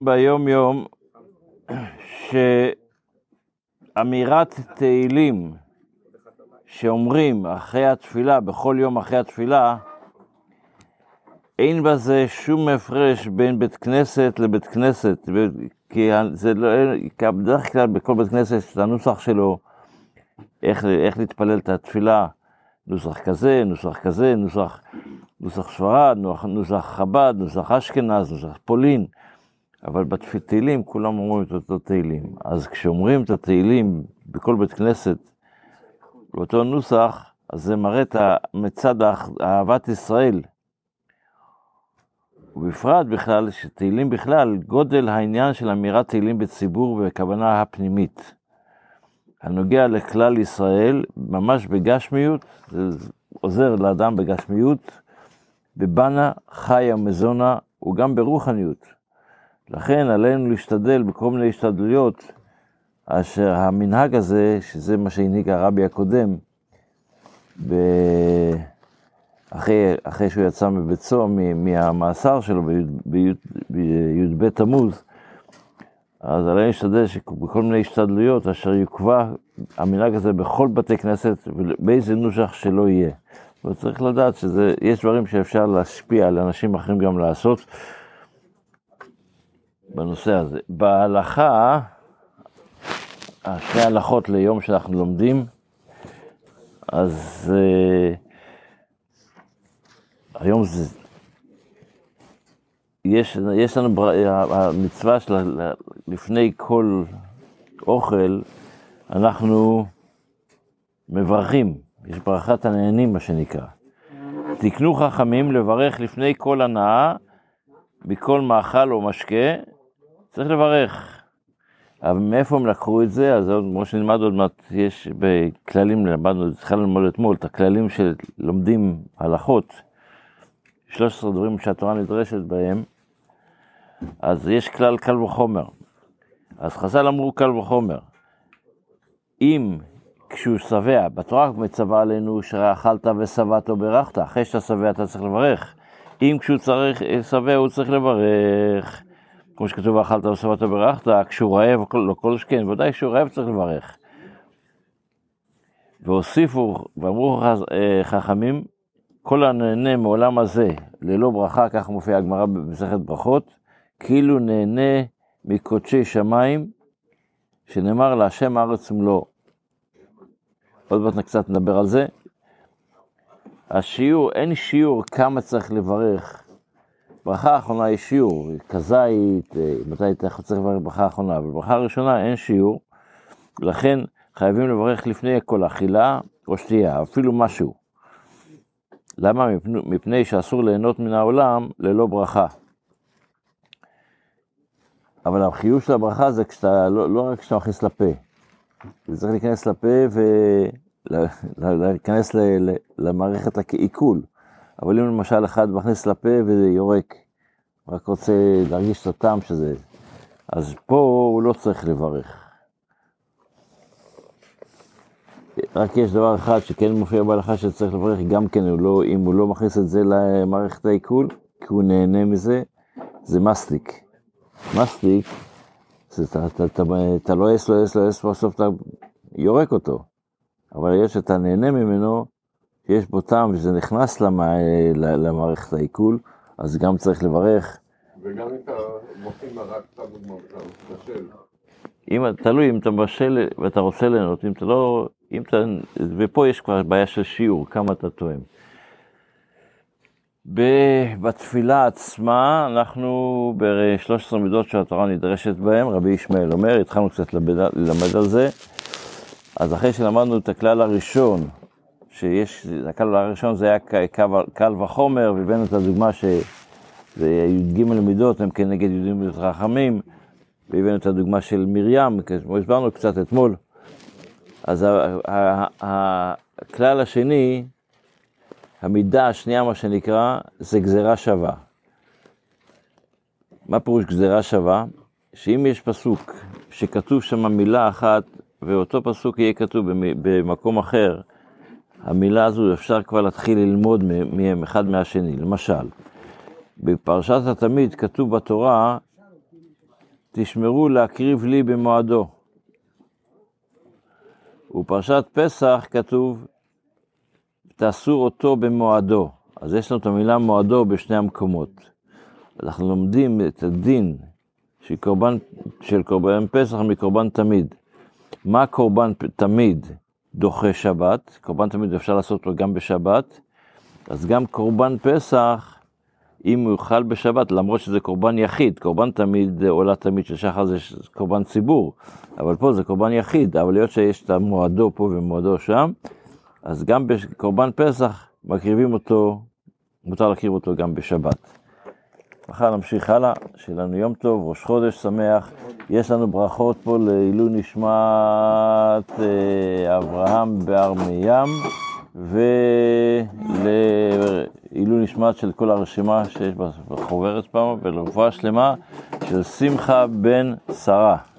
ביום יום שאמירת תהילים שאומרים אחרי התפילה, בכל יום אחרי התפילה, אין בזה שום הפרש בין בית כנסת לבית כנסת, כי זה לא, בדרך כלל בכל בית כנסת יש את הנוסח שלו, איך להתפלל את התפילה, נוסח כזה, נוסח כזה, נוסח ספרד, נוסח חב"ד, נוסח אשכנז, נוסח פולין, אבל בתהילים כולם אומרים את אותו תהילים. אז כשאומרים את התהילים בכל בית כנסת, באותו נוסח, אז זה מראה את מצד אהבת ישראל. ובפרט בכלל, שתהילים בכלל, גודל העניין של אמירת תהילים בציבור וכוונה הפנימית. הנוגע לכלל ישראל, ממש בגשמיות, זה עוזר לאדם בגשמיות, בבנה, חיה, מזונה, וגם ברוחניות. לכן עלינו להשתדל בכל מיני השתדלויות, אשר המנהג הזה, שזה מה שהנהיג הרבי הקודם, אחרי שהוא יצא מביצוע מהמאסר שלו בי"ב תמוז, אז עלינו להשתדל שבכל מיני השתדלויות, אשר יוקבע המנהג הזה בכל בתי כנסת, ובאיזה נוסח שלא יהיה. וצריך לדעת שיש דברים שאפשר להשפיע על אנשים אחרים גם לעשות, בנושא הזה. בהלכה, שני הלכות ליום שאנחנו לומדים, אז היום יש לנו המצווה של לפני כל אוכל, אנחנו מברכים, יש ברכת הנהנים מה שנקרא. תקנו חכמים לברך לפני כל הנאה, מכל מאכל או משקה, צריך לברך. אבל מאיפה הם לקחו את זה? אז כמו שנלמד עוד מעט, יש בכללים, התחלנו ללמוד אתמול, את הכללים שלומדים הלכות, 13 דברים שהתורה נדרשת בהם, אז יש כלל קל וחומר. אז חז"ל אמרו קל וחומר. אם כשהוא שבע, בתורה מצווה עלינו שאכלת ושבעת או ברכת, אחרי שאתה שבע אתה צריך לברך. אם כשהוא צריך שבע הוא צריך לברך, כמו שכתוב אכלת ושבעת או ברכת, כשהוא רעב, לא כל שכן, ודאי כשהוא רעב צריך לברך. והוסיפו ואמרו חכמים, כל הנהנה מעולם הזה ללא ברכה, כך מופיע הגמרא במסכת ברכות, כאילו נהנה מקודשי שמיים, שנאמר להשם הארץ ומלואו. עוד מעט קצת נדבר על זה. השיעור, אין שיעור כמה צריך לברך. ברכה האחרונה יש שיעור, כזית, מתי אתה צריך לברך ברכה האחרונה, אבל ברכה הראשונה אין שיעור, לכן חייבים לברך לפני כל אכילה או שתייה, אפילו משהו. למה? מפני שאסור ליהנות מן העולם ללא ברכה. אבל החיוב של הברכה זה לא רק כשאתה מכניס לפה. זה צריך להיכנס לפה ולהיכנס למערכת העיכול. אבל אם למשל אחד מכניס לפה וזה יורק, רק רוצה להרגיש את הטעם שזה, אז פה הוא לא צריך לברך. רק יש דבר אחד שכן מופיע בהלכה שצריך לברך, גם כן אם הוא לא מכניס את זה למערכת העיכול, כי הוא נהנה מזה, זה מסטיק. מסטיק, אתה לועס, בסוף אתה יורק אותו. אבל יש שאתה נהנה ממנו, יש בו טעם וזה נכנס למערכת העיכול, אז גם צריך לברך. וגם אם אתה מוכין מרק, אתה בשל. תלוי אם אתה בשל ואתה רוצה ליהנות, אם אתה לא, ופה יש כבר בעיה של שיעור, כמה אתה טועם. בתפילה עצמה, אנחנו ב-13 מידות שהתורה נדרשת בהם, רבי ישמעאל אומר, התחלנו קצת ללמד על זה, אז אחרי שלמדנו את הכלל הראשון, הכלל הראשון זה היה קל וחומר, והבאנו את הדוגמה שזה י"ג מידות, הם כנגד י"ג מידות חכמים, והבאנו את הדוגמה של מרים, כמו הסברנו קצת אתמול. אז הכלל השני, המידה השנייה, מה שנקרא, זה גזירה שווה. מה פירוש גזירה שווה? שאם יש פסוק שכתוב שם מילה אחת, ואותו פסוק יהיה כתוב במקום אחר, המילה הזו אפשר כבר להתחיל ללמוד מהם אחד מהשני. למשל, בפרשת התמיד כתוב בתורה, תשמרו להקריב לי במועדו. ופרשת פסח כתוב, תעשו אותו במועדו. אז יש לנו את המילה מועדו בשני המקומות. אנחנו לומדים את הדין של קורבן פסח מקורבן תמיד. מה קורבן תמיד דוחה שבת? קורבן תמיד אפשר לעשות אותו גם בשבת. אז גם קורבן פסח, אם הוא יאכל בשבת, למרות שזה קורבן יחיד, קורבן תמיד, עולה תמיד של שחר זה קורבן ציבור, אבל פה זה קורבן יחיד, אבל להיות שיש את המועדו פה ומועדו שם, אז גם בקורבן פסח מקריבים אותו, מותר להקריב אותו גם בשבת. מחר נמשיך הלאה, שיהיה לנו יום טוב, ראש חודש שמח. יש לנו ברכות פה לעילוי נשמת אברהם בהר מים, ולעילוי נשמת של כל הרשימה שיש בחוברת פעם, ולרפואה שלמה של שמחה בן שרה.